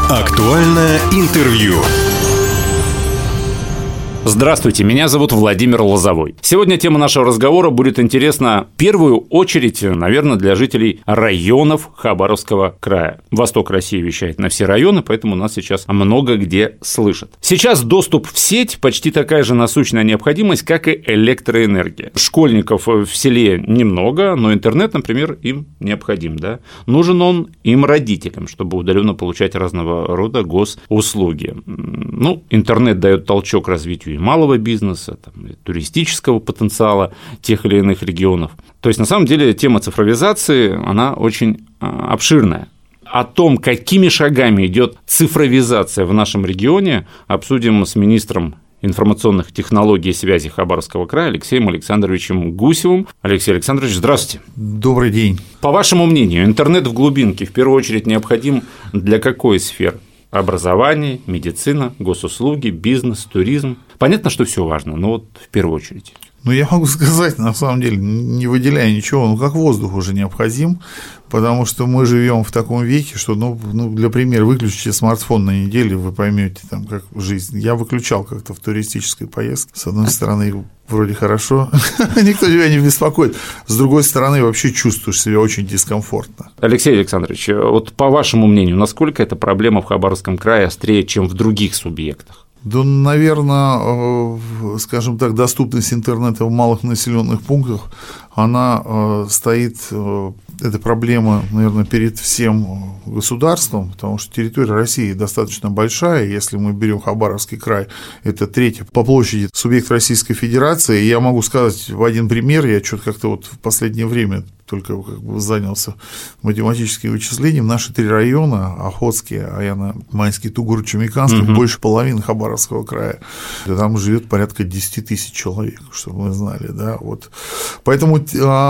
Актуальное интервью. Здравствуйте, меня зовут Владимир Лозовой. Сегодня тема нашего разговора будет интересна в первую очередь, наверное, для жителей районов Хабаровского края. Восток России вещает на все районы, поэтому нас сейчас много где слышат. Сейчас доступ в сеть почти такая же насущная необходимость, как и электроэнергия. Школьников в селе немного, но интернет, например, им необходим. Да? Нужен он им родителям, чтобы удаленно получать разного рода госуслуги. Интернет дает толчок развитию и малого бизнеса, и туристического потенциала тех или иных регионов. То есть, на самом деле, тема цифровизации, она очень обширная. О том, какими шагами идет цифровизация в нашем регионе, обсудим с министром информационных технологий и связи Хабаровского края Алексеем Александровичем Гусевым. Алексей Александрович, здравствуйте. Добрый день. По вашему мнению, интернет в глубинке в первую очередь необходим для какой сферы? Образование, медицина, госуслуги, бизнес, туризм. Понятно, что все важно, но вот в первую очередь. Я могу сказать, на самом деле, не выделяя ничего, как воздух уже необходим, потому что мы живем в таком веке, что, для примера, выключите смартфон на неделю, вы поймете, как жизнь. Я выключал как-то в туристической поездке. С одной стороны, вроде хорошо, никто тебя не беспокоит. С другой стороны, вообще чувствуешь себя очень дискомфортно. Алексей Александрович, вот по вашему мнению, насколько эта проблема в Хабаровском крае острее, чем в других субъектах? Да, наверное, скажем так, доступность интернета в малых населенных пунктах, она стоит, эта проблема, наверное, перед всем государством, потому что территория России достаточно большая. Если мы берем Хабаровский край, это третий по площади субъект Российской Федерации. И я могу сказать в один пример, я что-то как-то в последнее время только занялся математическим вычислением. Наши три района, Охотский, Аяно-Майский, Тугур-Чумиканский, больше половины Хабаровского края. Там живет порядка 10 тысяч человек, чтобы вы знали. Да? Поэтому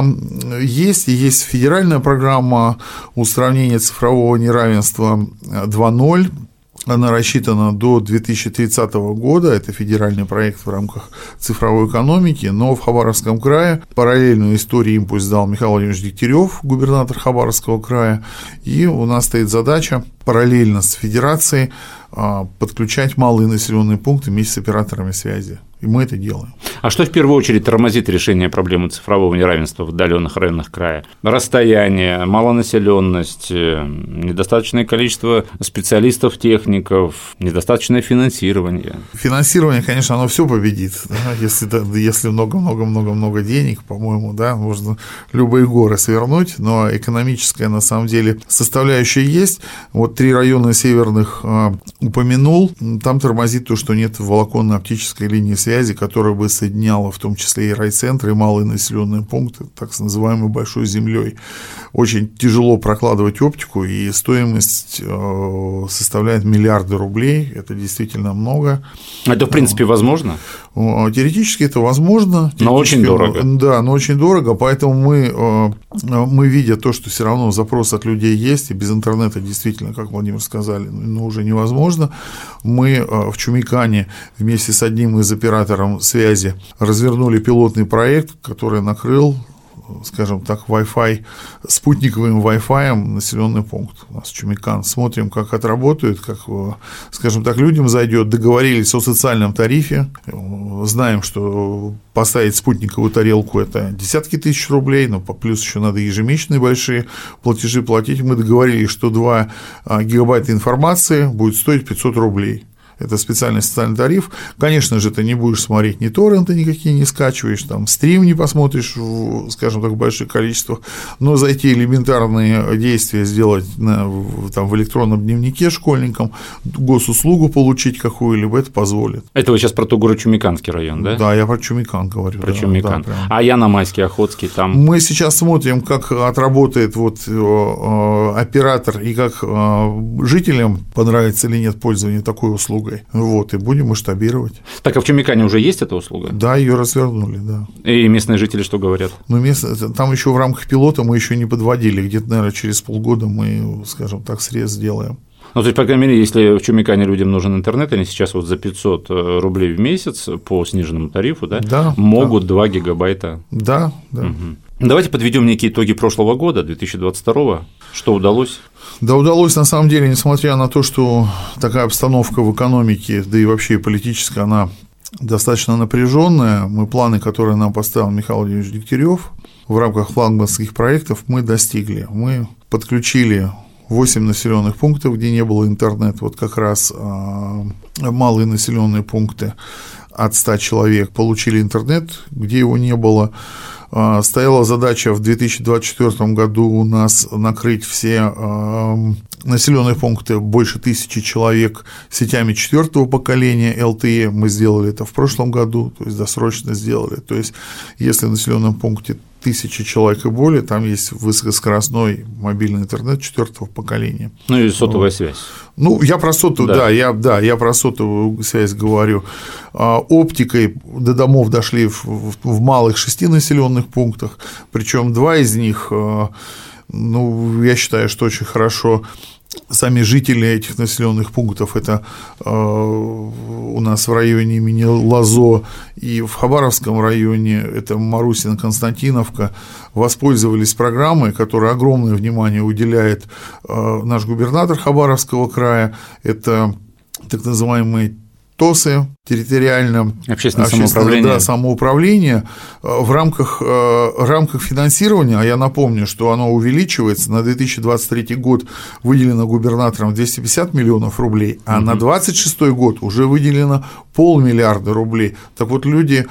есть федеральная программа устранения цифрового неравенства 2.0. Она рассчитана до 2030 года, это федеральный проект в рамках цифровой экономики, но в Хабаровском крае параллельную историю импульс дал Михаил Владимирович Дегтярев, губернатор Хабаровского края, и у нас стоит задача параллельно с федерацией подключать малые населенные пункты вместе с операторами связи. И мы это делаем. А что в первую очередь тормозит решение проблемы цифрового неравенства в отдаленных районах края? Расстояние, малонаселенность, недостаточное количество специалистов, техников, недостаточное финансирование. Финансирование, конечно, оно все победит. Да? Если много-много-много-много денег, по-моему, да, можно любые горы свернуть, но экономическая, на самом деле, составляющая есть. Вот 3 района северных упомянул, там тормозит то, что нет волоконно-оптической линии связи, которая бы соединяла в том числе и райцентры, и малые населенные пункты, так называемой большой землей. Очень тяжело прокладывать оптику, и стоимость составляет миллиарды рублей, это действительно много. Это, в принципе, возможно? Теоретически это возможно. Но очень дорого. Да, но очень дорого, поэтому мы, видя то, что все равно запрос от людей есть, и без интернета действительно, как Владимир сказали, уже невозможно, мы в Чумикане вместе с одним из операторов связи развернули пилотный проект, который накрыл, скажем так, Wi-Fi, спутниковым Wi-Fi населенный пункт. У нас Чумикан. Смотрим, как отработают, как, скажем так, людям зайдет. Договорились о социальном тарифе. Знаем, что поставить спутниковую тарелку – это десятки тысяч рублей, но плюс еще надо ежемесячные большие платежи платить. Мы договорились, что 2 гигабайта информации будет стоить 500 рублей. Это специальный социальный тариф. Конечно же, ты не будешь смотреть ни торренты никакие не скачиваешь, стрим не посмотришь, скажем так, в больших количествах, но зайти элементарные действия сделать в электронном дневнике школьникам, госуслугу получить какую-либо, это позволит. Это вы сейчас про Тугуро-Чумиканский район, да? Да, я про Чумикан говорю. Про Чумикан. Да, а Аяно-Майский, Охотский там? Мы сейчас смотрим, как отработает оператор и как жителям понравится или нет пользование такой услугой. И будем масштабировать. Так, а в Чумикане уже есть эта услуга? Да, ее развернули, да. И местные жители что говорят? Там еще в рамках пилота мы еще не подводили, где-то, наверное, через полгода мы, скажем так, срез сделаем. То есть, по крайней мере, если в Чумикане людям нужен интернет, они сейчас за 500 рублей в месяц по сниженному тарифу, могут 2 гигабайта. Да. Угу. Давайте подведем некие итоги прошлого года, 2022. Что удалось? Да, удалось, на самом деле, несмотря на то, что такая обстановка в экономике, да и вообще политическая, она достаточно напряженная. Мы планы, которые нам поставил Михаил Владимирович Дегтярев в рамках флагманских проектов, мы достигли. Мы подключили 8 населенных пунктов, где не было интернета, вот как раз малые населенные пункты от 100 человек получили интернет, где его не было. Стояла задача в 2024 году у нас накрыть все населенные пункты больше 1000 человек сетями 4-го поколения LTE. Мы сделали это в прошлом году, то есть досрочно сделали. То есть если в населенном пункте 1000 человек и более, там есть высокоскоростной мобильный интернет 4-го поколения. Ну и сотовая связь. Ну, я про сотовую, я про сотовую связь говорю. Оптикой до домов дошли в малых 6 населенных пунктах, причем 2 из них, ну, я считаю, что очень хорошо. Сами жители этих населенных пунктов, это у нас в районе имени Лозо и в Хабаровском районе, это Марусина, Константиновка, воспользовались программой, которой огромное внимание уделяет наш губернатор Хабаровского края, это так называемые ТОСы, территориально общественное самоуправление в рамках финансирования, а я напомню, что оно увеличивается, на 2023 год выделено губернатором 250 миллионов рублей, а на 2026 год уже выделено 500 миллиарда рублей. Так вот, люди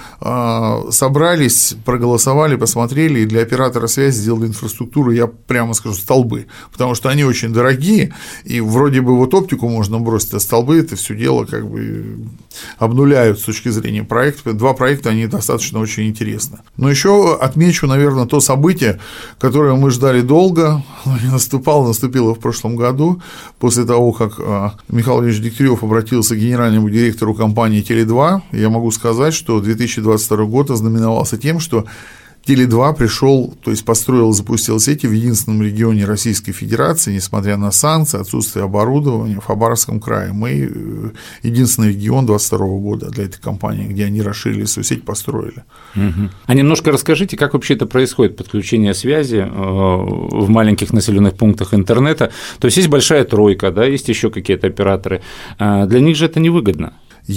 собрались, проголосовали, посмотрели, и для оператора связи сделали инфраструктуру, я прямо скажу, столбы, потому что они очень дорогие, и вроде бы вот оптику можно бросить, а столбы это все дело как бы обнуляют с точки зрения проекта. 2 проекта, они достаточно очень интересны. Но еще отмечу, наверное, то событие, которое мы ждали долго, оно не наступило в прошлом году, после того, как Михаил Владимирович Дегтярев обратился к генеральному директору компании Теле2. Я могу сказать, что 2022 год ознаменовался тем, что Теле2 пришел, то есть построил, запустил сети в единственном регионе Российской Федерации, несмотря на санкции, отсутствие оборудования в Хабаровском крае. Мы единственный регион 2022 года для этой компании, где они расширили свою сеть, построили. А немножко расскажите, как вообще это происходит, подключение связи в маленьких населенных пунктах интернета. То есть есть большая тройка, да, есть еще какие-то операторы. Для них же это невыгодно.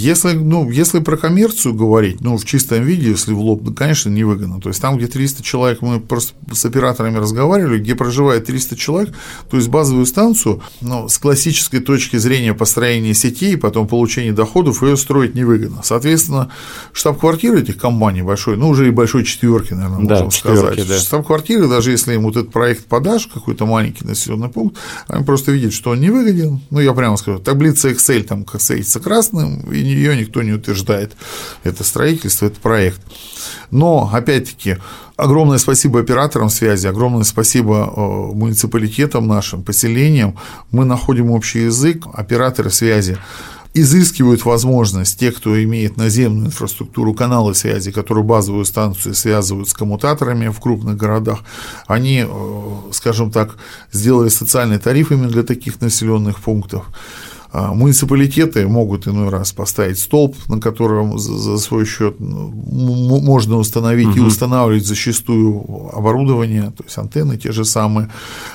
Если про коммерцию говорить, в чистом виде, если в лоб, конечно, невыгодно. То есть там, где 300 человек, мы просто с операторами разговаривали, где проживает 300 человек, то есть базовую станцию, с классической точки зрения построения сетей, потом получения доходов, ее строить невыгодно. Соответственно, штаб-квартира этих компаний большой, уже и большой четверки, наверное, можем сказать. Да. Штаб-квартиры, даже если им вот этот проект подашь, какой-то маленький населенный пункт, они просто видят, что он невыгоден. Я прямо скажу, таблица Excel там светится красным, и ее никто не утверждает. Это строительство, это проект. Но, опять-таки, огромное спасибо операторам связи, огромное спасибо муниципалитетам нашим, поселениям. Мы находим общий язык, операторы связи изыскивают возможность, те, кто имеет наземную инфраструктуру, каналы связи, которые базовую станцию связывают с коммутаторами в крупных городах, они, скажем так, сделали социальный тариф именно для таких населенных пунктов. Муниципалитеты могут иной раз поставить столб, на котором за свой счет можно установить и устанавливать зачастую оборудование, то есть антенны те же самые,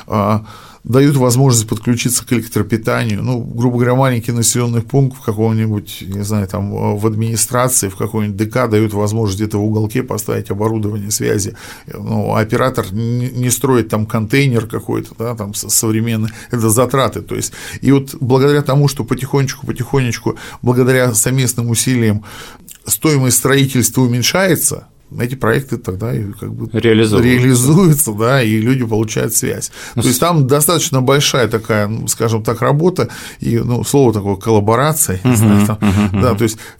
дают возможность подключиться к электропитанию. Грубо говоря, маленький населенный пункт в каком-нибудь, не знаю, там в администрации, в какой-нибудь ДК дают возможность где-то в уголке поставить оборудование связи. Оператор не строит там контейнер какой-то, да, там современный, это затраты. То есть, и вот благодаря тому, что потихонечку, благодаря совместным усилиям стоимость строительства уменьшается, эти проекты тогда реализуются, да, и люди получают связь. То есть там достаточно большая такая, скажем так, работа и, слово такое, коллаборация, да, то есть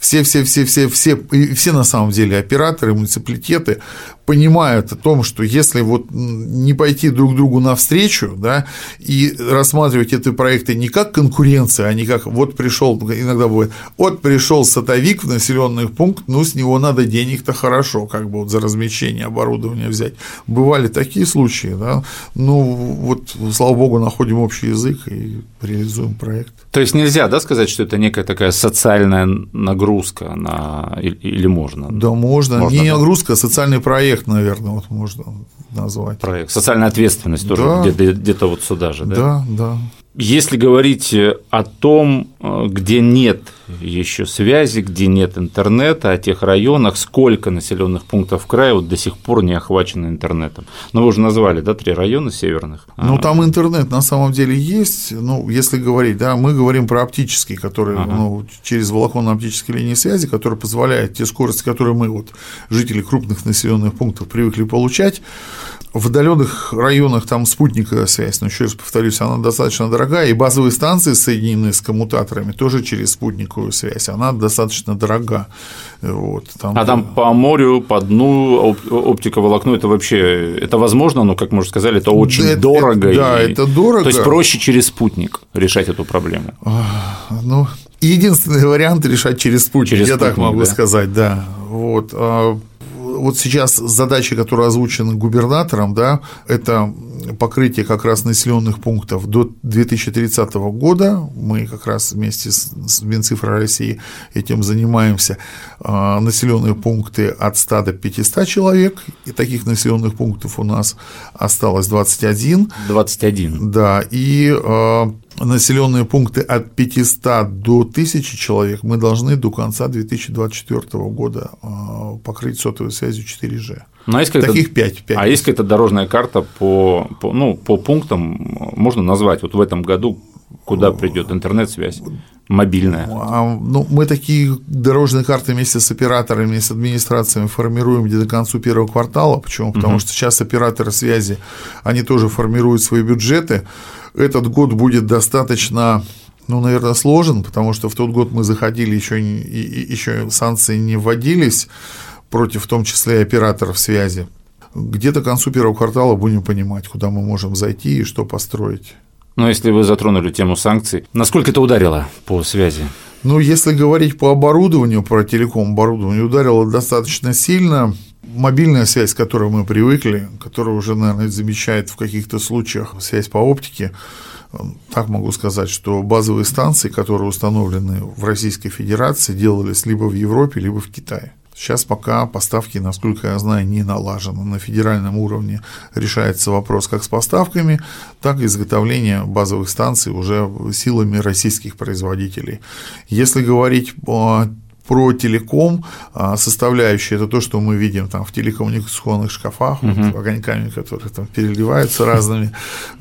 все на самом деле операторы, муниципалитеты понимают о том, что если не пойти друг другу навстречу, да, и рассматривать эти проекты не как конкуренция, а не как иногда бывает, пришел сотовик в населенный пункт, с него надо денег-то хорошо, как бы вот за размещение оборудования взять. Бывали такие случаи, да, ну вот, слава богу, находим общий язык и реализуем проект. То есть нельзя, да, сказать, что это некая такая социальная нагрузка или можно? Да, можно. Не нагрузка, а социальный проект, наверное, вот можно назвать. Проект. Социальная ответственность тоже, да. Где-то вот сюда же, да? Да, да. Если говорить о том, где нет еще связи, где нет интернета, о тех районах, сколько населенных пунктов в крае вот до сих пор не охвачено интернетом. Ну, вы уже назвали, да, 3 района северных. Ну, там интернет на самом деле есть. Ну, если говорить, да, мы говорим про оптический, который через волоконно-оптические линии связи, который позволяет те скорости, которые мы, вот, жители крупных населенных пунктов, привыкли получать. В отдаленных районах там спутниковая связь, но еще раз повторюсь, она достаточно дорогая, и базовые станции, соединенные с коммутаторами, тоже через спутниковую связь, она достаточно дорога. Вот, там по морю, по дну оптиковолокно, это вообще, это возможно, но, как мы уже сказали, это очень дорого. Это дорого. То есть проще через спутник решать эту проблему. Ну, единственный вариант решать через спутник, я так могу сказать, да. Вот сейчас задачи, которые озвучены губернатором, да, это покрытие как раз населенных пунктов до 2030 года. Мы как раз вместе с Минцифрой России этим занимаемся. Населенные пункты от 100 до 500 человек, и таких населенных пунктов у нас осталось 21. 21. Да, и населенные пункты от 500 до 1000 человек мы должны до конца 2024 года покрыть сотовой связью 4G. Таких 5. А есть какая-то дорожная карта по пунктам, можно назвать, вот в этом году, куда придет интернет-связь мобильная? Ну, мы такие дорожные карты вместе с операторами, с администрациями формируем где-то к концу первого квартала. Почему? Потому что сейчас операторы связи, они тоже формируют свои бюджеты. Этот год будет достаточно, ну, наверное, сложен, потому что в тот год мы заходили, еще санкции не вводились против, в том числе, и операторов связи. Где-то к концу первого квартала будем понимать, куда мы можем зайти и что построить. Но если вы затронули тему санкций, насколько это ударило по связи? Ну, если говорить по оборудованию, про телеком-оборудование, ударило достаточно сильно. Мобильная связь, к которой мы привыкли, которая уже, наверное, замещает в каких-то случаях связь по оптике, так могу сказать, что базовые станции, которые установлены в Российской Федерации, делались либо в Европе, либо в Китае. Сейчас пока поставки, насколько я знаю, не налажены. На федеральном уровне решается вопрос как с поставками, так и изготовлением базовых станций уже силами российских производителей. Если говорить про телеком, составляющая, это то, что мы видим там в телекоммуникационных шкафах, вот, огоньками, которые там переливаются разными,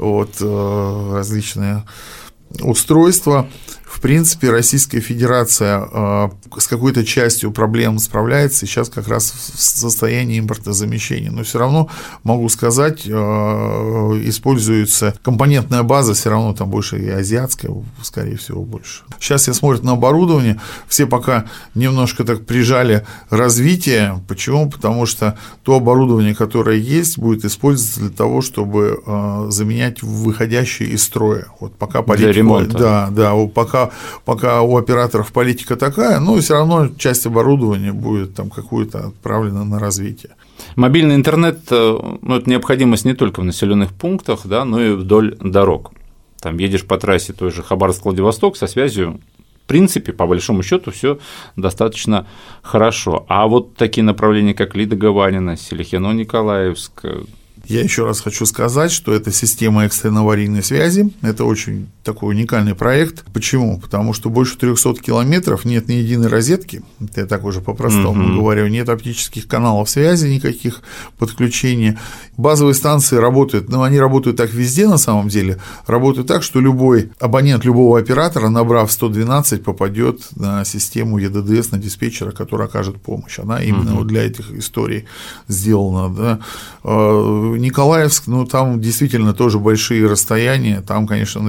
различные устройства. В принципе, Российская Федерация с какой-то частью проблем справляется, сейчас как раз в состоянии импортозамещения. Но все равно могу сказать, используется компонентная база, все равно там больше и азиатская, скорее всего, больше. Сейчас я смотрю на оборудование, все пока немножко так прижали развитие. Почему? Потому что то оборудование, которое есть, будет использоваться для того, чтобы заменять выходящие из строя. Вот пока для ремонта. Да, пока у операторов политика такая, но все равно часть оборудования будет там какую-то отправлена на развитие. Мобильный интернет, это необходимость не только в населенных пунктах, да, но и вдоль дорог. Там едешь по трассе той же Хабаровск-Владивосток со связью, в принципе, по большому счету, все достаточно хорошо. А вот такие направления, как Лида-Гаванина, Селихино-Николаевск. Я еще раз хочу сказать, что это система экстренной аварийной связи, это очень такой уникальный проект. Почему? Потому что больше 300 километров нет ни единой розетки, это я так уже по-простому говорю, нет оптических каналов связи, никаких подключений. Базовые станции работают, они работают так везде на самом деле, работают так, что любой абонент любого оператора, набрав 112, попадет на систему ЕДДС, на диспетчера, который окажет помощь. Она именно вот для этих историй сделана. Да. Николаевск, там действительно тоже большие расстояния, там, конечно, населенные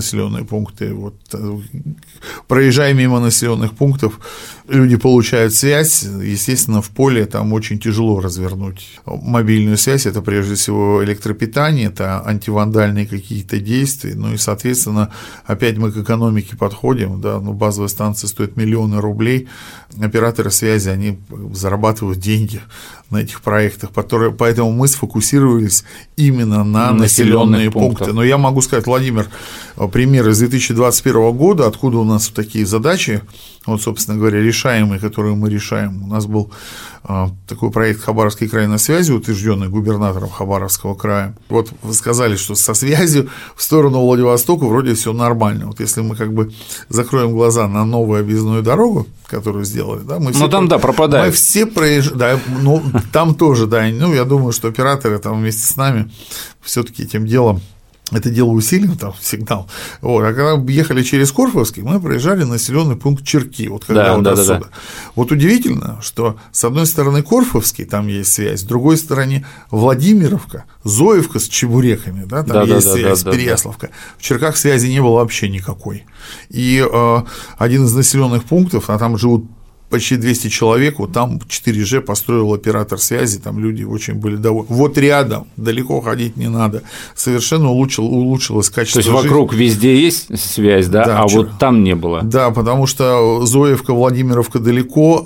пункты. Вот, проезжая мимо населенных пунктов, люди получают связь. Естественно, в поле там очень тяжело развернуть мобильную связь. Это прежде всего электропитание, это антивандальные какие-то действия. Ну и, соответственно, опять мы к экономике подходим. Да, ну, базовая станция стоит миллионы рублей. Операторы связи, они зарабатывают деньги на этих проектах, поэтому мы сфокусировались именно на населенные пункты. Но я могу сказать, Владимир, пример из 2021 года, откуда у нас такие задачи, вот, собственно говоря, решаемые, которые мы решаем. У нас был такой проект «Хабаровский край на связи», утвержденный губернатором Хабаровского края. Вот вы сказали, что со связью в сторону Владивостока вроде все нормально. Вот если мы как бы закроем глаза на новую объездную дорогу, которую сделали, да, мы все пропадают. Мы все проезжаем, да, ну, там тоже, да, ну, я думаю, что операторы там вместе с нами все-таки этим делом, это дело усилим, там, сигнал. Вот. А когда ехали через Корфовский, мы проезжали населенный пункт Черки. Вот когда отсюда. Да. Вот удивительно, что с одной стороны Корфовский, там есть связь, с другой стороны Владимировка, Зоевка с чебуреками, да, там есть связь, Переяславка. В Черках связи не было вообще никакой. И один из населенных пунктов, а там живут почти 200 человек, вот там 4G построил оператор связи, там люди очень были довольны. Вот рядом, далеко ходить не надо, совершенно улучшилось качество жизни. То есть вокруг везде есть связь, да, вот там не было. Да, потому что Зоевка, Владимировка далеко,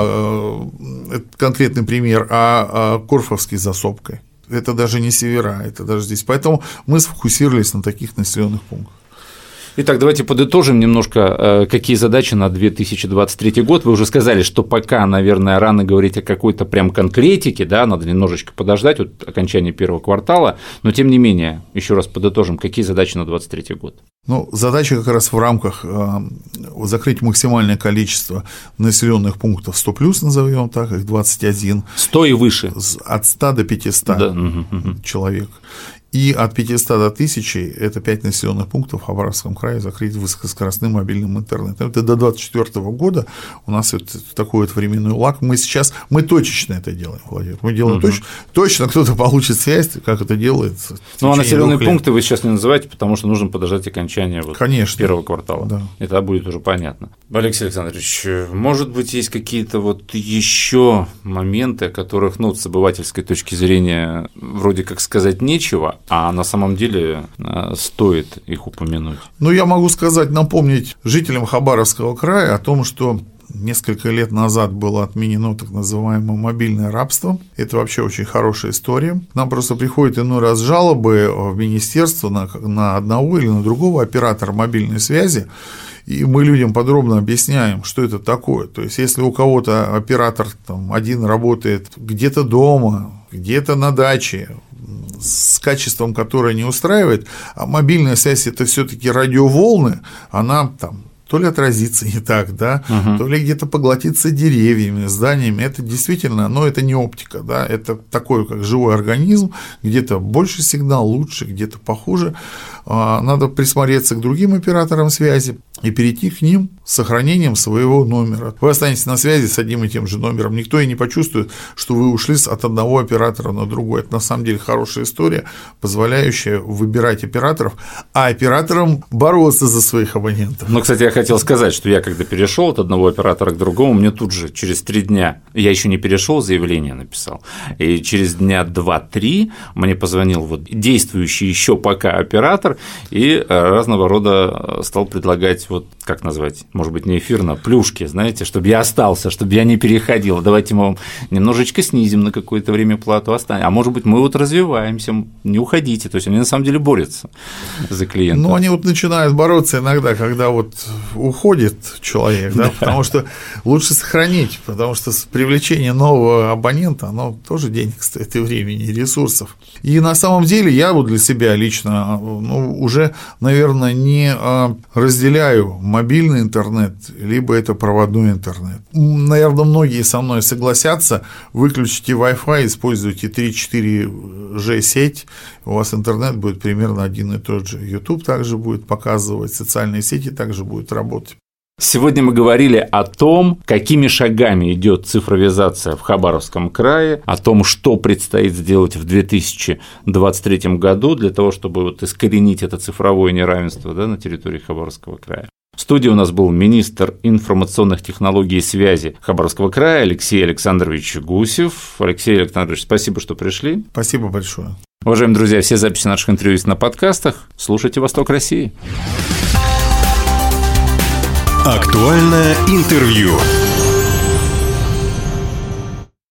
это конкретный пример, а Корфовский за сопкой. Это даже не севера, это даже здесь. Поэтому мы сфокусировались на таких населенных пунктах. Итак, давайте подытожим немножко, какие задачи на 2023 год. Вы уже сказали, что пока, наверное, рано говорить о какой-то прям конкретике, да, надо немножечко подождать от окончания первого квартала, но тем не менее, еще раз подытожим, какие задачи на 2023 год. Ну, задача как раз в рамках закрыть максимальное количество населенных пунктов 100+, назовем так, их 21. 100 и выше. От 100 до 500 человек. И от 500 до 1000 – это 5 населенных пунктов в Хабаровском крае закрыть высокоскоростным мобильным интернетом. Это до 2024 года у нас вот такой вот временной лаг. Мы точечно это делаем, Владимир. Мы делаем точно, кто-то получит связь, как это делается. Ну, а населенные пункты вы сейчас не называете, потому что нужно подождать окончания первого квартала. Да. Это будет уже понятно. Алексей Александрович, может быть, есть какие-то вот еще моменты, о которых, ну, с обывательской точки зрения вроде как сказать нечего, а на самом деле стоит их упомянуть? Ну, я могу напомнить жителям Хабаровского края о том, что несколько лет назад было отменено так называемое мобильное рабство. Это вообще очень хорошая история. Нам просто приходят иной раз жалобы в министерство на одного или на другого оператора мобильной связи, и мы людям подробно объясняем, что это такое. То есть, если у кого-то оператор там, один работает где-то дома, где-то на даче, с качеством, которое не устраивает, а мобильная связь – это все-таки радиоволны, она там то ли отразится не так, да, то ли где-то поглотится деревьями, зданиями. Это действительно, но это не оптика, да, это такой, как живой организм, где-то больше сигнал, лучше, где-то похуже. Надо присмотреться к другим операторам связи и перейти к ним с сохранением своего номера. Вы останетесь на связи с одним и тем же номером, никто и не почувствует, что вы ушли от одного оператора на другой. Это на самом деле хорошая история, позволяющая выбирать операторов, а операторам бороться за своих абонентов. Ну, кстати, я хотел сказать, что я когда перешел от одного оператора к другому, мне тут же через 3 дня, я еще не перешел, заявление написал, и через дня 2-3 мне позвонил вот действующий еще пока оператор и разного рода стал предлагать, вот как назвать, может быть, не эфирно, плюшки, знаете, чтобы я остался, чтобы я не переходил, давайте мы вам немножечко снизим на какое-то время плату, а может быть, мы вот развиваемся, не уходите, то есть они на самом деле борются за клиента. Ну, они вот начинают бороться иногда, когда вот уходит человек, да, потому что лучше сохранить, потому что привлечение нового абонента, оно тоже денег стоит и времени, и ресурсов. И на самом деле я вот для себя лично, уже, наверное, не разделяю мобильный интернет, либо это проводной интернет. Наверное, многие со мной согласятся, выключите Wi-Fi, используйте 3-4G сеть, у вас интернет будет примерно один и тот же. YouTube также будет показывать, социальные сети также будут работать. Сегодня мы говорили о том, какими шагами идет цифровизация в Хабаровском крае, о том, что предстоит сделать в 2023 году для того, чтобы искоренить это цифровое неравенство на территории Хабаровского края. В студии у нас был министр информационных технологий и связи Хабаровского края Алексей Александрович Гусев. Алексей Александрович, спасибо, что пришли. Спасибо большое. Уважаемые друзья, все записи наших интервью есть на подкастах. Слушайте «Восток России». Актуальное интервью.